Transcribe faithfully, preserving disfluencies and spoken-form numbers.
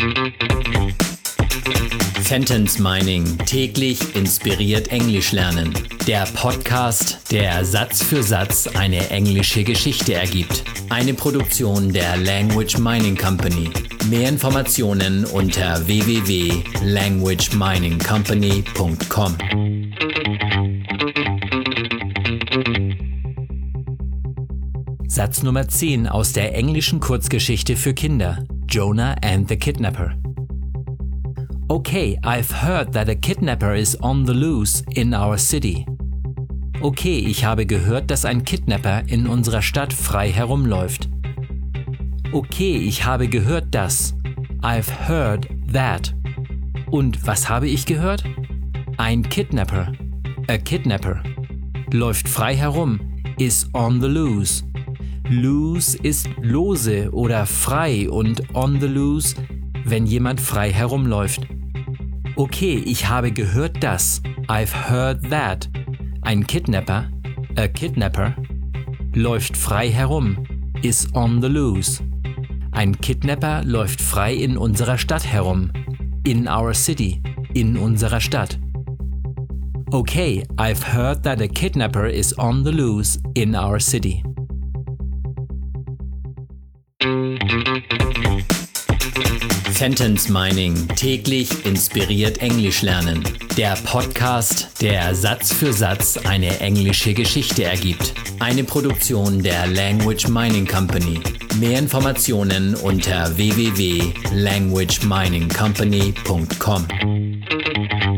Sentence Mining. Täglich inspiriert Englisch lernen. Der Podcast, der Satz für Satz eine englische Geschichte ergibt. Eine Produktion der Language Mining Company. Mehr Informationen unter w w w punkt language mining company punkt com. Satz Nummer zehn aus der englischen Kurzgeschichte für Kinder. Jonah and the Kidnapper. Okay, I've heard that a kidnapper is on the loose in our city. Okay, ich habe gehört, dass ein Kidnapper in unserer Stadt frei herumläuft. Okay, ich habe gehört, dass. I've heard that. Und was habe ich gehört? Ein Kidnapper. A kidnapper. Läuft frei herum. Is on the loose. Loose ist lose oder frei und on the loose, wenn jemand frei herumläuft. Okay, ich habe gehört, dass. I've heard that. Ein Kidnapper, a kidnapper, läuft frei herum, is on the loose. Ein Kidnapper läuft frei in unserer Stadt herum, in our city, in unserer Stadt. Okay, I've heard that a kidnapper is on the loose in our city. Sentence Mining. Täglich inspiriert Englisch lernen. Der Podcast, der Satz für Satz eine englische Geschichte ergibt. Eine Produktion der Language Mining Company. Mehr Informationen unter w w w punkt language mining company punkt com.